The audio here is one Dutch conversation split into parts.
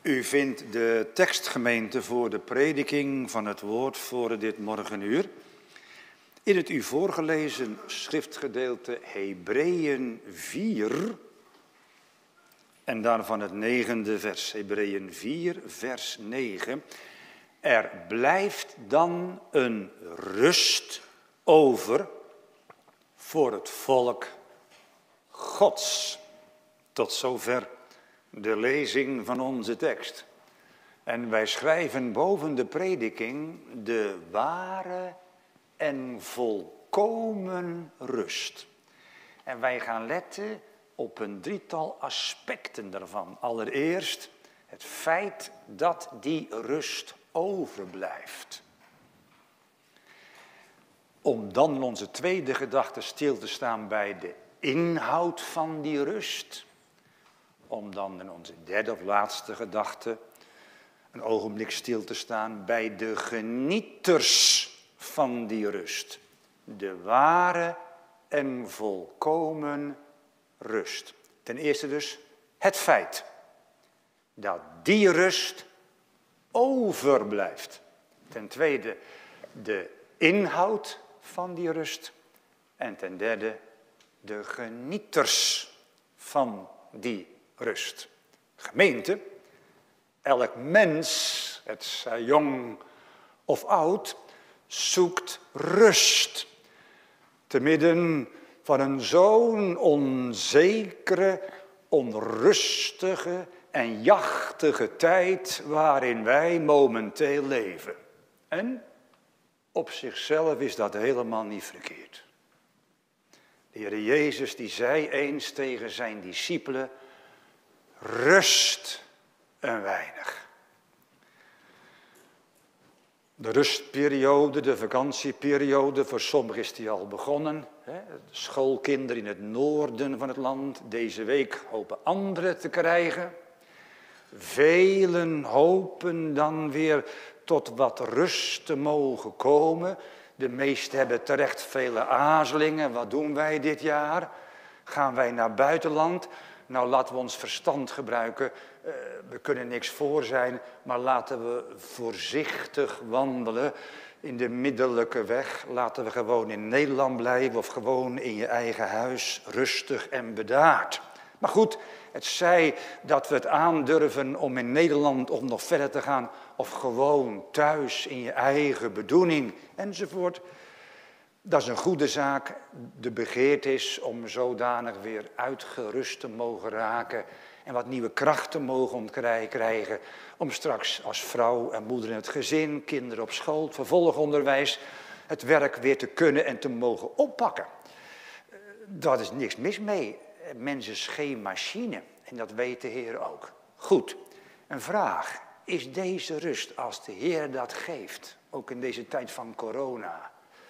U vindt de tekstgemeente voor de prediking van het woord voor dit morgenuur in het u voorgelezen schriftgedeelte Hebreeën 4 en daarvan het 9e vers, Hebreeën 4 vers 9. Er blijft dan een rust over voor het volk Gods. Tot zover de lezing van onze tekst. En wij schrijven boven de prediking de ware en volkomen rust. En wij gaan letten op een drietal aspecten daarvan. Allereerst het feit dat die rust overblijft. Om dan in onze tweede gedachte stil te staan bij de inhoud van die rust. Om dan in onze derde of laatste gedachte een ogenblik stil te staan bij de genieters van die rust. De ware en volkomen rust. Ten eerste dus het feit dat die rust overblijft. Ten tweede de inhoud van die rust. En ten derde de genieters van die rust. Gemeente, elk mens, het zij jong of oud, zoekt rust. Te midden van een zo'n onzekere, onrustige en jachtige tijd waarin wij momenteel leven. En op zichzelf is dat helemaal niet verkeerd. De Heer Jezus die zei eens tegen zijn discipelen: rust een weinig. De rustperiode, de vakantieperiode, voor sommigen is die al begonnen. De schoolkinderen in het noorden van het land, deze week hopen anderen te krijgen. Velen hopen dan weer tot wat rust te mogen komen. De meesten hebben terecht vele aarzelingen. Wat doen wij dit jaar? Gaan wij naar buitenland? Nou, laten we ons verstand gebruiken. We kunnen niks voor zijn, maar laten we voorzichtig wandelen in de middellijke weg. Laten we gewoon in Nederland blijven of gewoon in je eigen huis, rustig en bedaard. Maar goed, het zij dat we het aandurven om in Nederland of nog verder te gaan, of gewoon thuis in je eigen bedoeling enzovoort. Dat is een goede zaak. De begeerte is om zodanig weer uitgerust te mogen raken en wat nieuwe krachten mogen ontkrijgen om straks als vrouw en moeder in het gezin, kinderen op school, het vervolgonderwijs, het werk weer te kunnen en te mogen oppakken. Daar is niks mis mee. Mens is geen machine en dat weet de Heer ook. Goed, een vraag. Is deze rust, als de Heer dat geeft, ook in deze tijd van corona,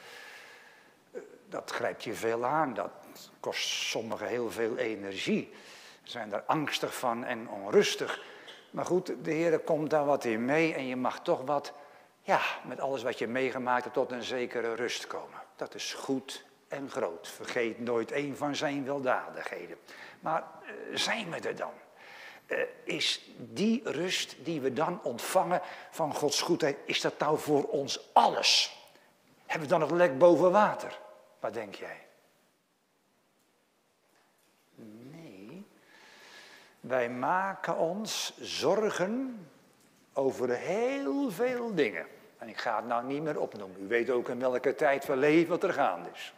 dat grijpt je veel aan, dat kost sommigen heel veel energie. Ze zijn daar angstig van en onrustig. Maar goed, de Heer komt daar wat in mee en je mag toch wat, ja, met alles wat je meegemaakt hebt, tot een zekere rust komen. Dat is goed en groot. Vergeet nooit een van zijn weldadigheden. Maar zijn we er dan? Is die rust die we dan ontvangen van Gods goedheid, is dat nou voor ons alles? Hebben we dan het lek boven water? Wat denk jij? Nee. Wij maken ons zorgen over heel veel dingen. En ik ga het nou niet meer opnoemen. U weet ook in welke tijd we leven wat er gaande is.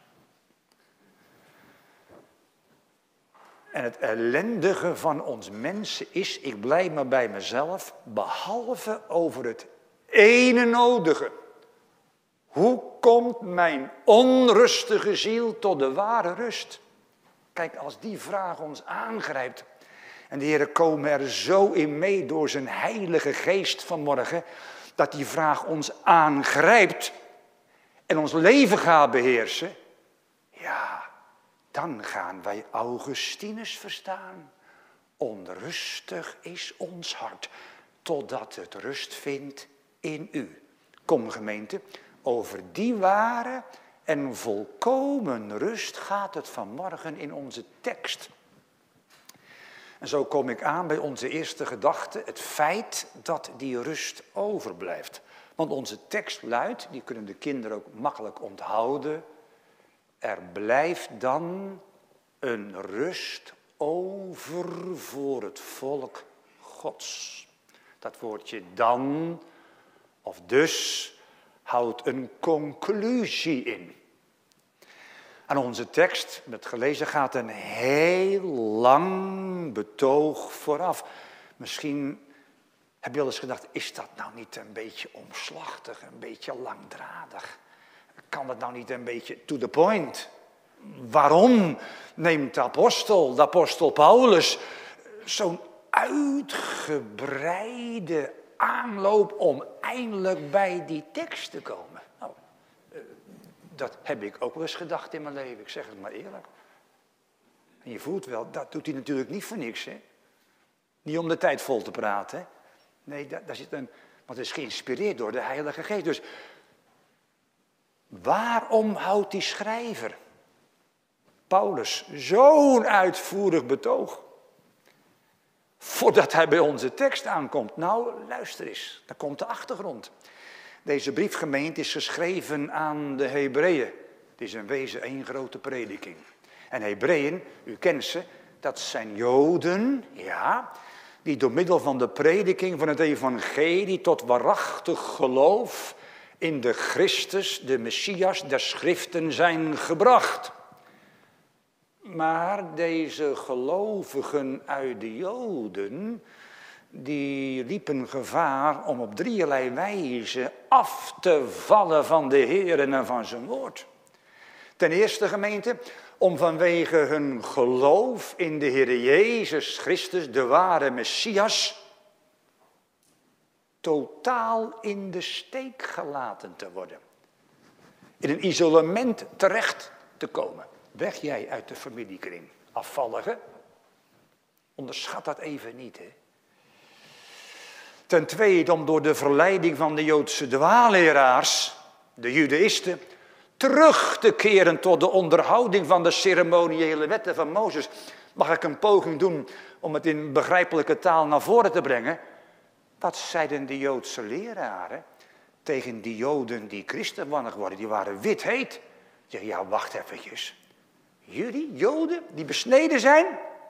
En het ellendige van ons mensen is, ik blijf maar bij mezelf, behalve over het ene nodige. Hoe komt mijn onrustige ziel tot de ware rust? Kijk, als die vraag ons aangrijpt, en de Heer komen er zo in mee door zijn heilige geest vanmorgen, dat die vraag ons aangrijpt en ons leven gaat beheersen, ja, dan gaan wij Augustinus verstaan. Onrustig is ons hart, totdat het rust vindt in u. Kom gemeente, over die ware en volkomen rust gaat het vanmorgen in onze tekst. En zo kom ik aan bij onze eerste gedachte, het feit dat die rust overblijft. Want onze tekst luidt, die kunnen de kinderen ook makkelijk onthouden. Er blijft dan een rust over voor het volk Gods. Dat woordje dan of dus houdt een conclusie in. Aan onze tekst, met gelezen, gaat een heel lang betoog vooraf. Misschien heb je wel eens gedacht, is dat nou niet een beetje omslachtig, een beetje langdradig? Kan het nou niet een beetje to the point? Waarom neemt de apostel Paulus, zo'n uitgebreide aanloop om eindelijk bij die tekst te komen? Nou, dat heb ik ook wel eens gedacht in mijn leven, ik zeg het maar eerlijk. En je voelt wel, dat doet hij natuurlijk niet voor niks, hè? Niet om de tijd vol te praten, hè? Nee, daar zit want het is geïnspireerd door de Heilige Geest. Dus waarom houdt die schrijver, Paulus, zo'n uitvoerig betoog voordat hij bij onze tekst aankomt? Nou, luister eens, daar komt de achtergrond. Deze briefgemeente is geschreven aan de Hebreeën. Het is in wezen één grote prediking. En Hebreeën, u kent ze, dat zijn Joden, ja, die door middel van de prediking van het evangelie tot waarachtig geloof in de Christus, de Messias der Schriften zijn gebracht. Maar deze gelovigen uit de Joden, die liepen gevaar om op drieërlei wijze af te vallen van de Heer en van zijn woord. Ten eerste, gemeente, om vanwege hun geloof in de Heer Jezus Christus, de ware Messias, totaal in de steek gelaten te worden. In een isolement terecht te komen. Weg jij uit de familiekring, afvallige. Onderschat dat even niet, hè. Ten tweede, om door de verleiding van de Joodse dwaalleraars, de Judaïsten, terug te keren tot de onderhouding van de ceremoniële wetten van Mozes. Mag ik een poging doen om het in begrijpelijke taal naar voren te brengen? Wat zeiden de Joodse leraren tegen die Joden die christenwannig worden? Die waren wit heet. Zeg, ja, wacht eventjes. Jullie, Joden, die besneden zijn?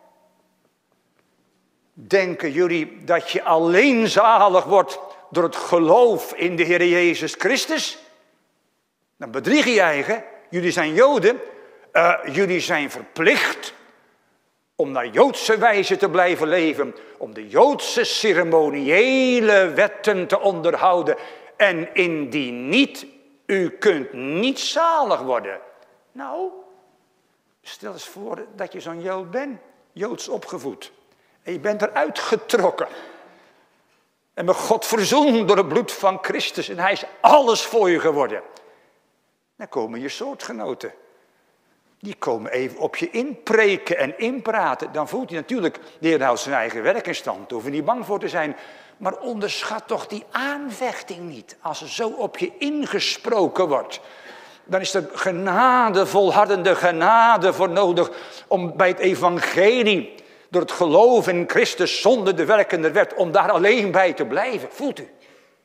Denken jullie dat je alleen zalig wordt door het geloof in de Heer Jezus Christus? Dan bedrieg je je eigen. Jullie zijn Joden. Jullie zijn verplicht om naar Joodse wijze te blijven leven. Om de Joodse ceremoniële wetten te onderhouden. En indien niet, u kunt niet zalig worden. Nou, stel eens voor dat je zo'n Jood bent. Joods opgevoed. En je bent eruit getrokken. En met God verzoend door het bloed van Christus. En hij is alles voor je geworden. Dan komen je soortgenoten. Die komen even op je inpreken en inpraten. Dan voelt je natuurlijk, de Heer houdt zijn eigen werk in stand. Daar hoef je niet bang voor te zijn. Maar onderschat toch die aanvechting niet. Als er zo op je ingesproken wordt. Dan is er genade, volhardende genade voor nodig. Om bij het evangelie, door het geloof in Christus zonder de werkende wet, om daar alleen bij te blijven. Voelt u?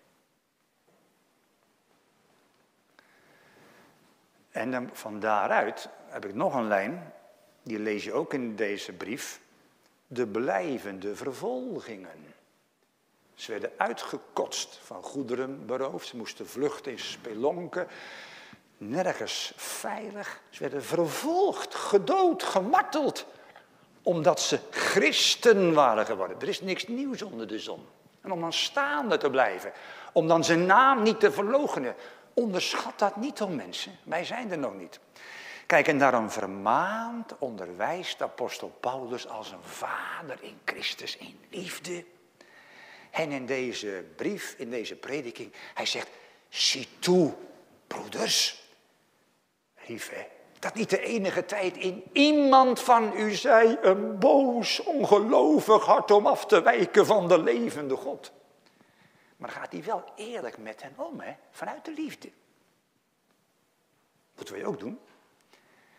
En dan van daaruit heb ik nog een lijn, die lees je ook in deze brief. De blijvende vervolgingen. Ze werden uitgekotst, van goederen beroofd. Ze moesten vluchten in spelonken. Nergens veilig. Ze werden vervolgd, gedood, gemarteld. Omdat ze christen waren geworden. Er is niks nieuws onder de zon. En om dan staande te blijven. Om dan zijn naam niet te verloochenen. Onderschat dat niet, om mensen. Wij zijn er nog niet. Kijk, en daarom vermaant, onderwijst de apostel Paulus als een vader in Christus in liefde. En in deze brief, in deze prediking, hij zegt, zie toe, broeders. Lief, hè? Dat niet de enige tijd in iemand van u zij een boos, ongelovig hart om af te wijken van de levende God. Maar gaat hij wel eerlijk met hen om, hè? Vanuit de liefde. Moeten wij ook doen.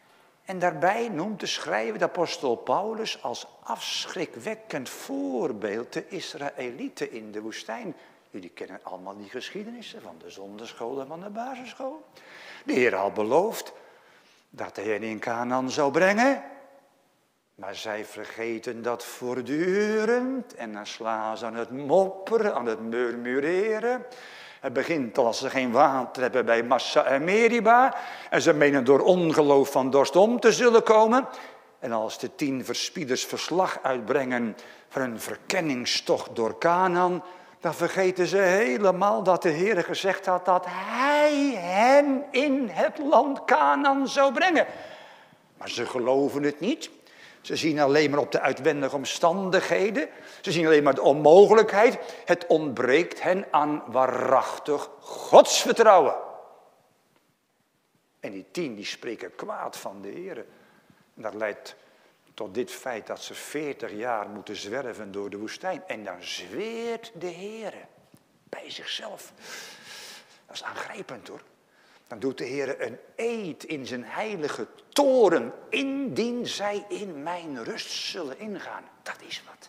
En daarbij noemt de schrijver, de apostel Paulus, als afschrikwekkend voorbeeld de Israëlieten in de woestijn. Jullie kennen allemaal die geschiedenissen van de zonderschool en van de basisschool. De Heer had beloofd dat hij hen in Kanaan zou brengen. Maar zij vergeten dat voortdurend en dan slaan ze aan het mopperen, aan het murmureren. Het begint als ze geen water hebben bij Massa en Meriba. En ze menen door ongeloof van dorst om te zullen komen. En als de 10 verspieders verslag uitbrengen van hun verkenningstocht door Kanaan, dan vergeten ze helemaal dat de Heer gezegd had dat hij hen in het land Kanaan zou brengen. Maar ze geloven het niet. Ze zien alleen maar op de uitwendige omstandigheden. Ze zien alleen maar de onmogelijkheid. Het ontbreekt hen aan waarachtig godsvertrouwen. En die 10 die spreken kwaad van de Heer. En dat leidt tot dit feit dat ze 40 jaar moeten zwerven door de woestijn. En dan zweert de Heer bij zichzelf. Dat is aangrijpend hoor. Dan doet de Heer een eed in zijn heilige toren, indien zij in mijn rust zullen ingaan. Dat is wat.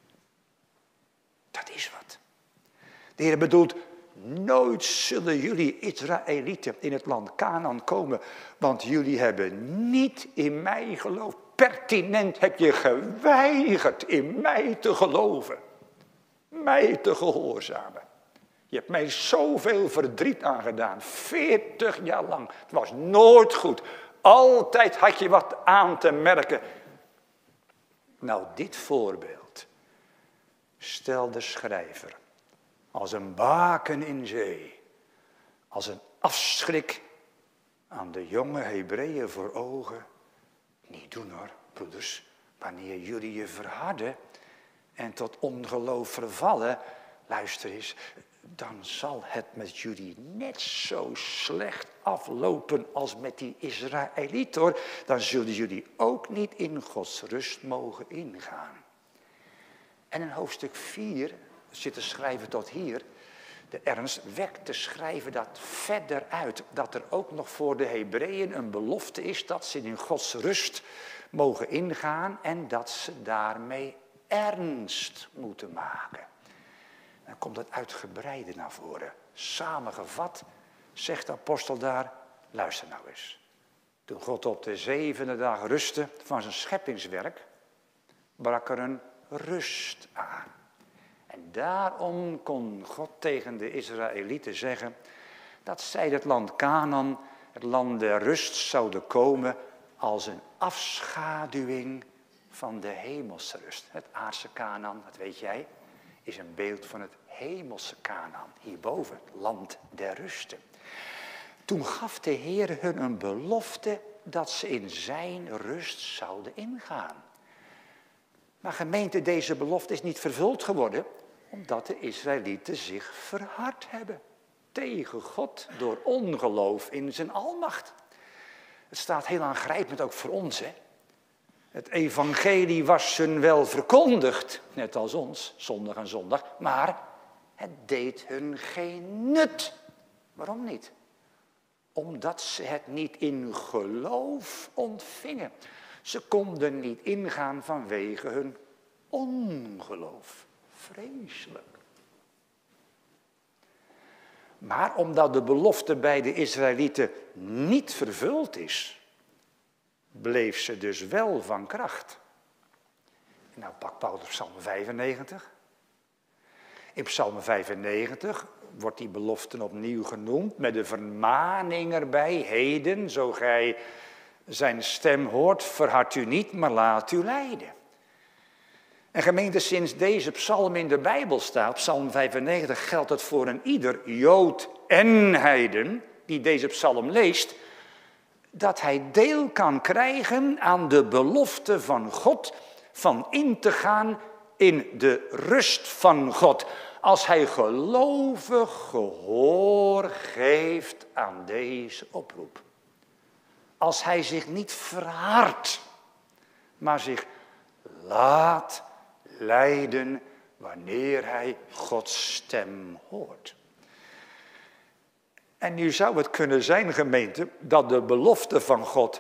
Dat is wat. De Heer bedoelt, nooit zullen jullie Israëlieten in het land Kanaan komen, want jullie hebben niet in mij geloofd. Pertinent heb je geweigerd in mij te geloven, mij te gehoorzamen. Je hebt mij zoveel verdriet aangedaan, 40 jaar lang. Het was nooit goed. Altijd had je wat aan te merken. Nou, dit voorbeeld stel de schrijver als een baken in zee, als een afschrik aan de jonge Hebreeën voor ogen. Niet doen hoor, broeders, wanneer jullie je verharden en tot ongeloof vervallen, luister eens, dan zal het met jullie net zo slecht aflopen als met die Israëlieten hoor. Dan zullen jullie ook niet in Gods rust mogen ingaan. En in hoofdstuk 4 zit de schrijver tot hier. De ernst wekt de schrijver dat verder uit. Dat er ook nog voor de Hebreeën een belofte is dat ze in Gods rust mogen ingaan. En dat ze daarmee ernst moeten maken. Dan komt het uitgebreide naar voren. Samengevat zegt de apostel daar, luister nou eens. Toen God op de 7e dag rustte van zijn scheppingswerk, brak er een rust aan. En daarom kon God tegen de Israëlieten zeggen dat zij het land Kanaan, het land der rust, zouden komen als een afschaduwing van de hemelse rust. Het aardse Kanaan, dat weet jij, is een beeld van het hemelse Kanaan, hierboven, het land der rusten. Toen gaf de Heer hun een belofte dat ze in zijn rust zouden ingaan. Maar gemeente, deze belofte is niet vervuld geworden, omdat de Israëlieten zich verhard hebben tegen God door ongeloof in zijn almacht. Het staat heel aangrijpend ook voor ons, hè. Het evangelie was hun wel verkondigd, net als ons, zondag en zondag, maar het deed hun geen nut. Waarom niet? Omdat ze het niet in geloof ontvingen. Ze konden niet ingaan vanwege hun ongeloof. Vreselijk. Maar omdat de belofte bij de Israëlieten niet vervuld is, bleef ze dus wel van kracht. En nou pakt Paulus Psalm 95. In Psalm 95 wordt die belofte opnieuw genoemd met de vermaning erbij. Heden, zo gij zijn stem hoort, verhard u niet, maar laat u leiden. En gemeente, sinds deze psalm in de Bijbel staat, Psalm 95, geldt het voor een ieder Jood en heiden die deze psalm leest, dat hij deel kan krijgen aan de belofte van God van in te gaan in de rust van God. Als hij gelovig gehoor geeft aan deze oproep. Als hij zich niet verhardt, maar zich laat leiden wanneer hij Gods stem hoort. En nu zou het kunnen zijn, gemeente, dat de belofte van God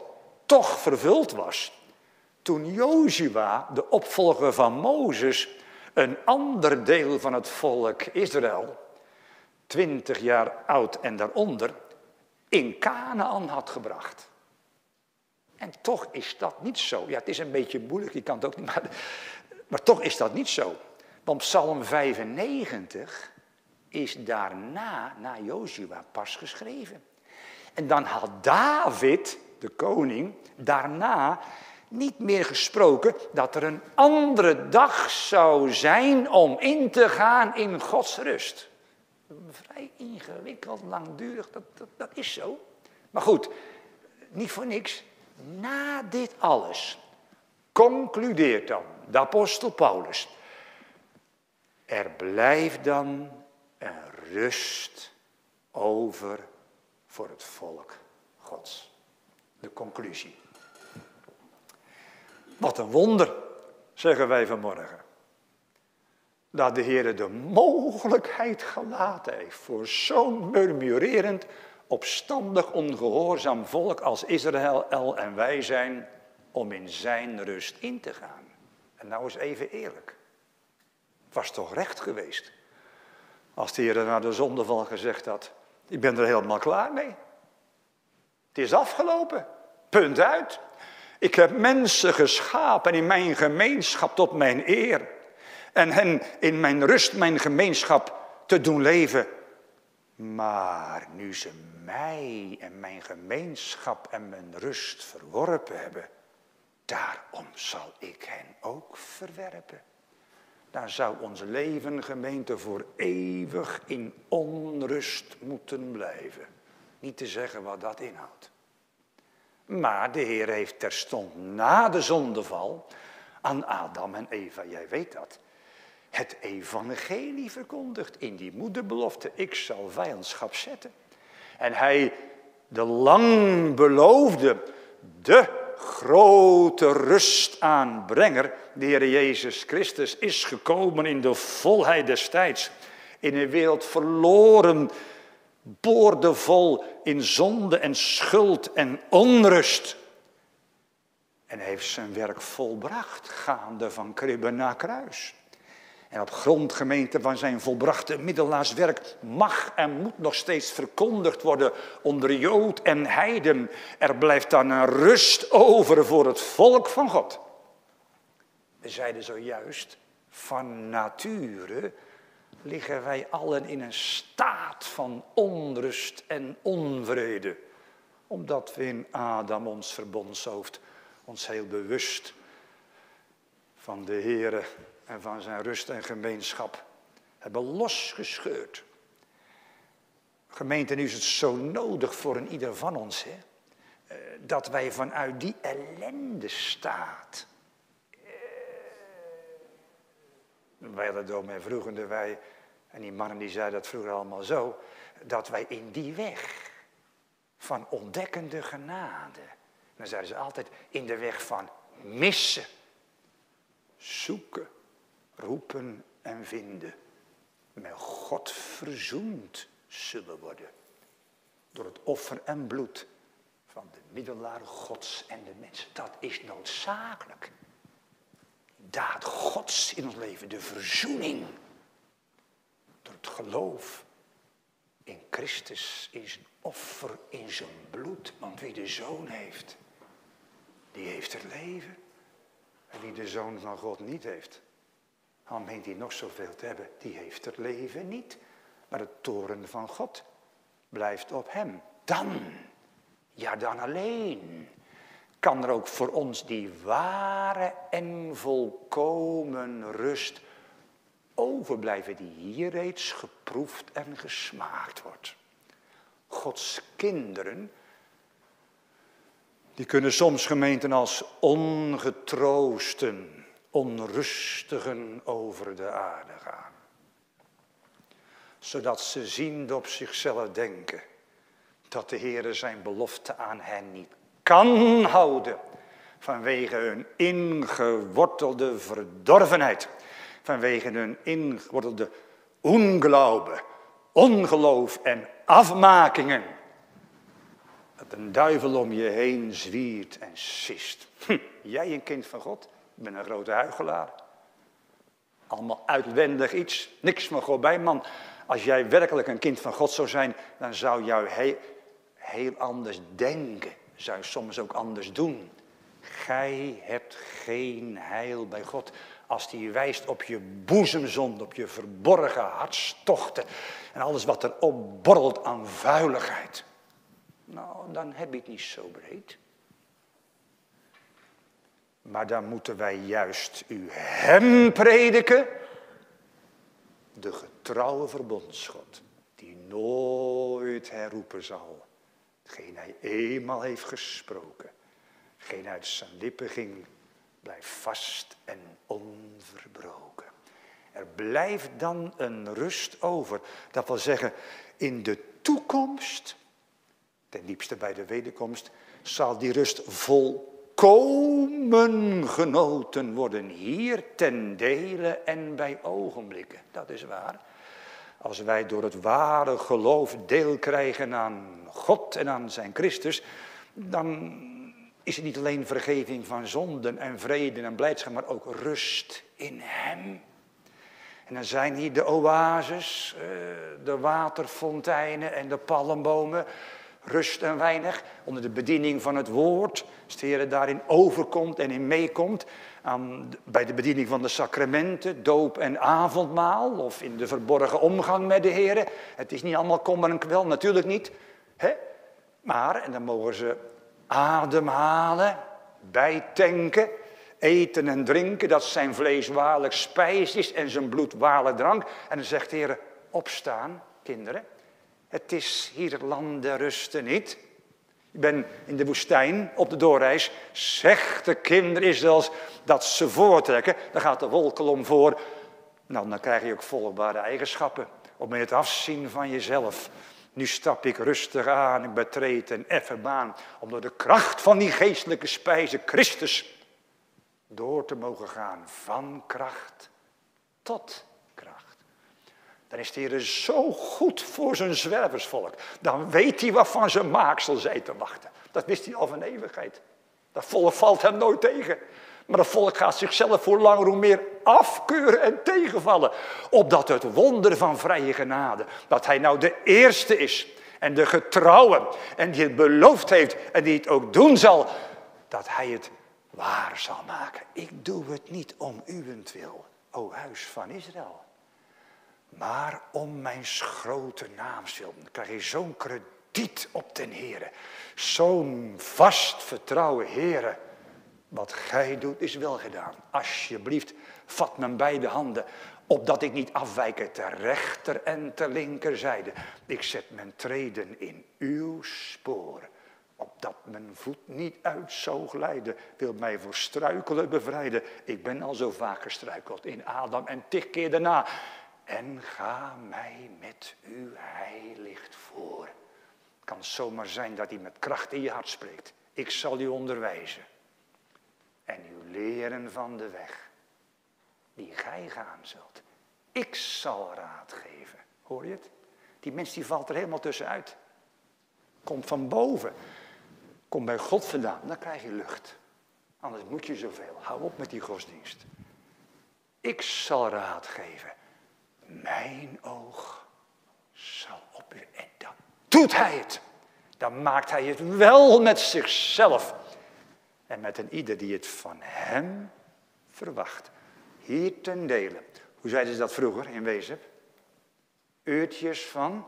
toch vervuld was toen Jozua, de opvolger van Mozes, een ander deel van het volk Israël, 20 jaar oud en daaronder, in Kanaan had gebracht. En toch is dat niet zo. Ja, het is een beetje moeilijk, je kan het ook niet, maar toch is dat niet zo. Want Psalm 95 is daarna, na Jozua, pas geschreven. En dan had David, de koning, daarna niet meer gesproken dat er een andere dag zou zijn om in te gaan in Gods rust. Vrij ingewikkeld, langdurig, dat is zo. Maar goed, niet voor niks. Na dit alles concludeert dan de apostel Paulus: er blijft dan een rust over voor het volk Gods. De conclusie. Wat een wonder, zeggen wij vanmorgen. Dat de Heer de mogelijkheid gelaten heeft voor zo'n murmurerend, opstandig, ongehoorzaam volk als Israël en wij zijn, om in zijn rust in te gaan. En nou eens even eerlijk. Het was toch recht geweest als de Heer na de zondeval gezegd had: ik ben er helemaal klaar mee. Het is afgelopen. Punt uit. Ik heb mensen geschapen in mijn gemeenschap tot mijn eer. En hen in mijn rust, mijn gemeenschap te doen leven. Maar nu ze mij en mijn gemeenschap en mijn rust verworpen hebben, daarom zal ik hen ook verwerpen. Dan zou ons leven, gemeente, voor eeuwig in onrust moeten blijven. Niet te zeggen wat dat inhoudt. Maar de Heer heeft terstond na de zondeval aan Adam en Eva, jij weet dat, het evangelie verkondigd in die moederbelofte: ik zal vijandschap zetten. En hij, de lang beloofde, de grote rustaanbrenger, de Heer Jezus Christus, is gekomen in de volheid des tijds. In een wereld verloren, boordevol in zonde en schuld en onrust. En heeft zijn werk volbracht, gaande van kribbe naar kruis. En op grond, gemeente, van zijn volbrachte middelaarswerk mag en moet nog steeds verkondigd worden onder Jood en heiden. Er blijft dan een rust over voor het volk van God. We zeiden zojuist, van nature liggen wij allen in een staat van onrust en onvrede. Omdat we in Adam, ons verbondshoofd, ons heel bewust van de Heere en van zijn rust en gemeenschap hebben losgescheurd. Gemeente, nu is het zo nodig voor een ieder van ons, hè, dat wij vanuit die ellende staat. Wij hadden dominee vroeger, wij, en die mannen die zeiden dat vroeger allemaal zo, dat wij in die weg van ontdekkende genade, dan zeiden ze altijd, in de weg van missen, zoeken, roepen en vinden, met God verzoend zullen worden. Door het offer en bloed van de middelaar Gods en de mens. Dat is noodzakelijk. Daad Gods in ons leven, de verzoening. Door het geloof in Christus, in zijn offer, in zijn bloed. Want wie de Zoon heeft, die heeft het leven. En wie de Zoon van God niet heeft, al meent hij nog zoveel te hebben, die heeft het leven niet. Maar de toorn van God blijft op hem. Dan, ja dan alleen, kan er ook voor ons die ware en volkomen rust overblijven die hier reeds geproefd en gesmaakt wordt. Gods kinderen, die kunnen soms, gemeenten, als ongetroosten, onrustigen over de aarde gaan. Zodat ze ziend op zichzelf denken dat de Heere zijn belofte aan hen niet kan houden. Vanwege hun ingewortelde verdorvenheid. Vanwege hun ingewortelde onglaube, ongeloof en afmakingen. Dat een duivel om je heen zwiert en sist. Jij een kind van God? Ik ben een grote huichelaar. Allemaal uitwendig iets. Niks van God bij, man. Als jij werkelijk een kind van God zou zijn, dan zou jou heel anders denken. Zou je soms ook anders doen. Gij hebt geen heil bij God. Als die wijst op je boezemzonde, op je verborgen hartstochten. En alles wat er opborrelt aan vuiligheid. Nou, dan heb je het niet zo breed. Maar dan moeten wij juist u hem prediken. De getrouwe verbondsgod. Die nooit herroepen zal. Hetgeen hij eenmaal heeft gesproken. Hetgeen uit zijn lippen ging. Blijft vast en onverbroken. Er blijft dan een rust over. Dat wil zeggen, in de toekomst, ten diepste bij de wederkomst, zal die rust volkomen genoten worden. Hier ten dele en bij ogenblikken. Dat is waar. Als wij door het ware geloof deel krijgen aan God en aan zijn Christus, dan is het niet alleen vergeving van zonden en vrede en blijdschap, maar ook rust in hem. En dan zijn hier de oases, de waterfonteinen en de palmbomen. Rust en weinig, onder de bediening van het woord. Als de Heer daarin overkomt en in meekomt. Bij de bediening van de sacramenten, doop en avondmaal. Of in de verborgen omgang met de Heer. Het is niet allemaal kommer en kwel, natuurlijk niet. Maar, en dan mogen ze ademhalen, bijtanken, eten en drinken. Dat zijn vlees waarlijk spijs is en zijn bloed waarlijk drank. En dan zegt de Heer, opstaan, kinderen. Het is hier het land der rusten niet. Ik ben in de woestijn op de doorreis. Zegt de kinderen Israëls dat ze voortrekken. Dan gaat de wolkolom voor. Nou, dan krijg je ook volgbare eigenschappen. Om in het afzien van jezelf. Nu stap ik rustig aan. Ik betreed een effen baan. Om door de kracht van die geestelijke spijze Christus door te mogen gaan. Van kracht tot kracht. Dan is de Heer zo goed voor zijn zwerversvolk. Dan weet hij wat van zijn maaksel zij te wachten. Dat wist hij al van eeuwigheid. Dat volk valt hem nooit tegen. Maar dat volk gaat zichzelf hoe langer hoe meer afkeuren en tegenvallen. Opdat het wonder van vrije genade. Dat hij nou de eerste is. En de getrouwe. En die het beloofd heeft. En die het ook doen zal. Dat hij het waar zal maken. Ik doe het niet om uwentwil. O huis van Israël. Maar om mijn grote naams wil. Dan krijg je zo'n krediet op den Heere. Zo'n vast vertrouwen, Heere. Wat gij doet is wel gedaan. Alsjeblieft, vat mijn beide handen. Opdat ik niet afwijke ter rechter en ter linkerzijde. Ik zet mijn treden in uw spoor. Opdat mijn voet niet uit zou glijden. Wil mij voor struikelen bevrijden. Ik ben al zo vaak gestruikeld in Adam en 10 keer daarna. En ga mij met uw heilicht voor. Het kan zomaar zijn dat hij met kracht in je hart spreekt. Ik zal u onderwijzen. En u leren van de weg die gij gaan zult. Ik zal raad geven. Hoor je het? Die mens die valt er helemaal tussenuit. Komt van boven. Komt bij God vandaan. Dan krijg je lucht. Anders moet je zoveel. Hou op met die godsdienst. Ik zal raad geven. Mijn oog zal op u. En dan doet hij het. Dan maakt hij het wel met zichzelf. En met een ieder die het van hem verwacht. Hier ten dele. Hoe zeiden ze dat vroeger in Wezep? Uurtjes van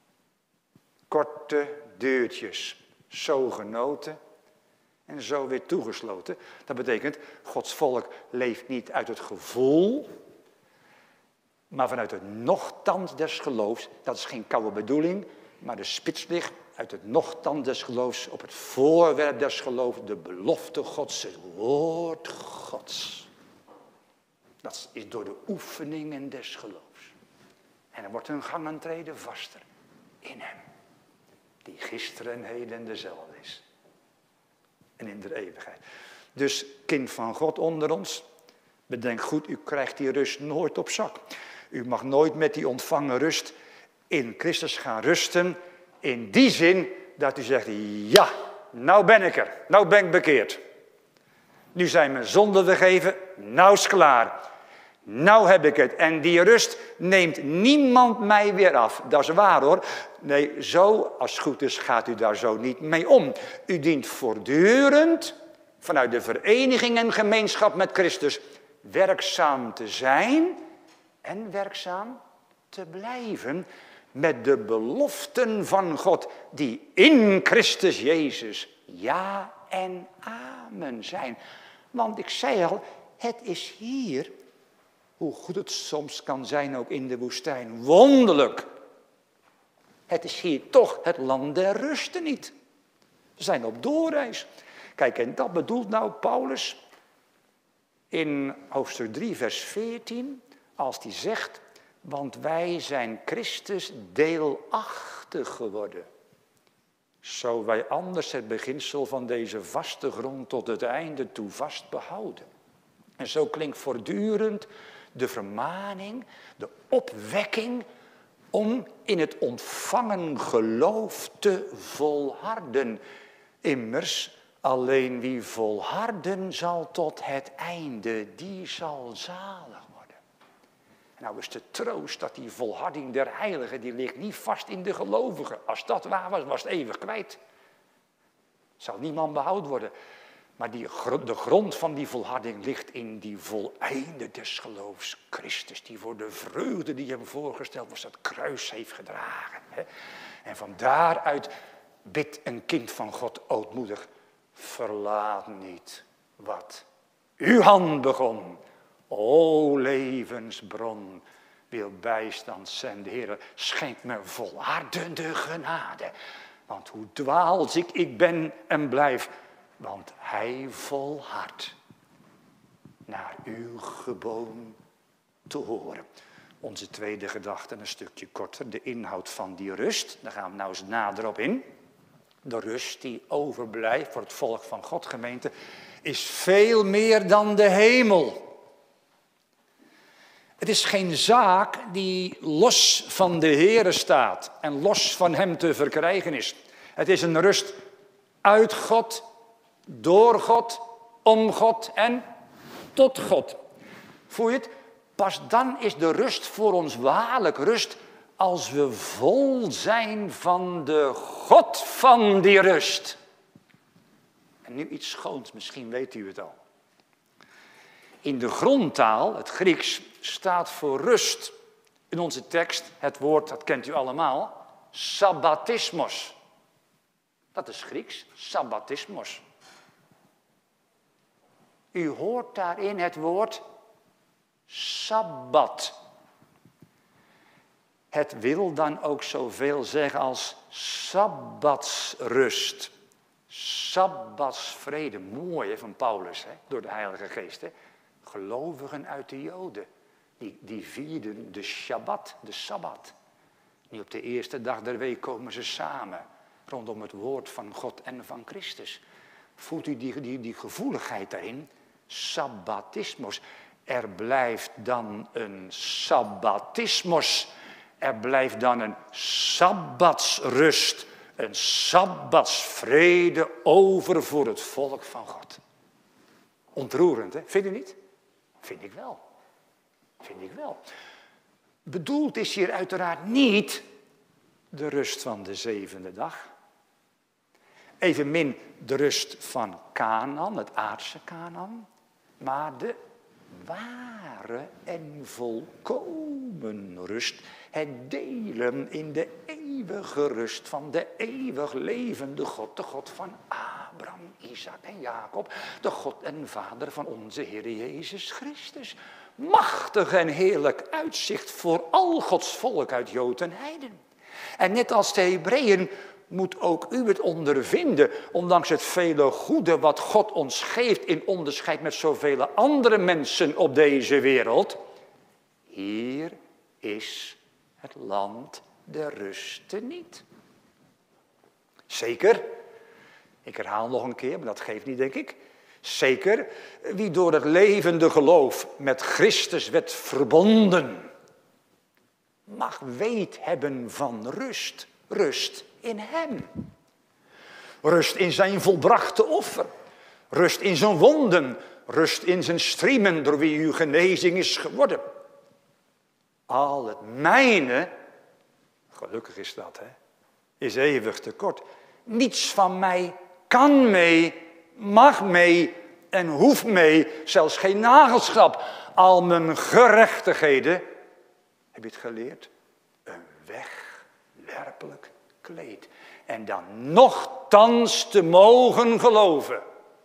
korte deurtjes. Zo genoten en zo weer toegesloten. Dat betekent, Gods volk leeft niet uit het gevoel, maar vanuit het nochtans des geloofs. Dat is geen koude bedoeling, maar de spits ligt uit het nochtans des geloofs op het voorwerp des geloofs, de belofte Gods, het woord Gods. Dat is door de oefeningen des geloofs. En dan wordt hun gang en treden vaster in hem, die gisteren en heden dezelfde is. En in de eeuwigheid. Dus kind van God onder ons, bedenk goed, u krijgt die rust nooit op zak. U mag nooit met die ontvangen rust in Christus gaan rusten. In die zin dat u zegt, ja, nou ben ik er. Nou ben ik bekeerd. Nu zijn mijn zonden vergeven, nou is het klaar. Nou heb ik het. En die rust neemt niemand mij weer af. Dat is waar hoor. Nee, zo, als het goed is, gaat u daar zo niet mee om. U dient voortdurend, vanuit de vereniging en gemeenschap met Christus, werkzaam te zijn en werkzaam te blijven met de beloften van God die in Christus Jezus ja en amen zijn. Want ik zei al, het is hier, hoe goed het soms kan zijn ook in de woestijn, wonderlijk. Het is hier toch het land der rusten niet. We zijn op doorreis. Kijk, en dat bedoelt nou Paulus in hoofdstuk 3, vers 14, als hij zegt, want wij zijn Christus deelachtig geworden. Zo wij anders het beginsel van deze vaste grond tot het einde toe vast behouden. En zo klinkt voortdurend de vermaning, de opwekking om in het ontvangen geloof te volharden. Immers, alleen wie volharden zal tot het einde, die zal zalig worden. En nou is de troost dat die volharding der heiligen, die ligt niet vast in de gelovigen. Als dat waar was, was het eeuwig kwijt. Zal niemand behoud worden. Maar de grond van die volharding ligt in die voleinde des geloofs. Christus, die voor de vreugde die hem voorgesteld was, dat kruis heeft gedragen. En van daaruit bidt een kind van God ootmoedig, verlaat niet wat uw hand begon. O levensbron, wil bijstand zenden. Heer, schenk me volhardende genade. Want hoe dwaals ik ben en blijf, want hij volhardt naar uw geboon te horen. Onze tweede gedachte, een stukje korter, de inhoud van die rust. Daar gaan we nou eens nader op in. De rust die overblijft voor het volk van God, gemeente, is veel meer dan de hemel. Het is geen zaak die los van de Heere staat en los van hem te verkrijgen is. Het is een rust uit God, door God, om God en tot God. Voel je het? Pas dan is de rust voor ons waarlijk rust als we vol zijn van de God van die rust. En nu iets schoons, misschien weet u het al. In de grondtaal, het Grieks, staat voor rust in onze tekst het woord, dat kent u allemaal, sabbatismos. Dat is Grieks, sabbatismos. U hoort daarin het woord sabbat. Het wil dan ook zoveel zeggen als sabbatsrust. Sabbatsvrede, mooi hè, van Paulus, hè, door de Heilige Geest. Hè. Gelovigen uit de Joden, die vierden de Shabbat, de Sabbat. Nu op de eerste dag der week komen ze samen rondom het woord van God en van Christus. Voelt u die gevoeligheid daarin? Sabbatismos. Er blijft dan een sabbatismos. Er blijft dan een sabbatsrust, een sabbatsvrede over voor het volk van God. Ontroerend, hè? Vind u niet? Vind ik wel. Vind ik wel. Bedoeld is hier uiteraard niet de rust van de zevende dag. Evenmin de rust van Kanaan, het aardse Kanaan. Maar de ware en volkomen rust. Het delen in de eeuwige rust van de eeuwig levende God. De God van Abraham, Isaac en Jacob. De God en Vader van onze Heer Jezus Christus. Machtig en heerlijk uitzicht voor al Gods volk uit Jood en Heiden. En net als de Hebreeën moet ook u het ondervinden, ondanks het vele goede wat God ons geeft in onderscheid met zoveel andere mensen op deze wereld. Hier is het land der rusten niet. Zeker, ik herhaal nog een keer, maar dat geeft niet denk ik. Zeker, wie door het levende geloof met Christus werd verbonden, mag weet hebben van rust. Rust in hem. Rust in zijn volbrachte offer. Rust in zijn wonden. Rust in zijn striemen door wie uw genezing is geworden. Al het mijne, gelukkig is dat, hè, is eeuwig tekort. Niets van mij kan mee, mag mee en hoeft mee, zelfs geen nagelschrap. Al mijn gerechtigheden, heb je het geleerd? Een wegwerpelijk kleed. En dan nochtans te mogen geloven.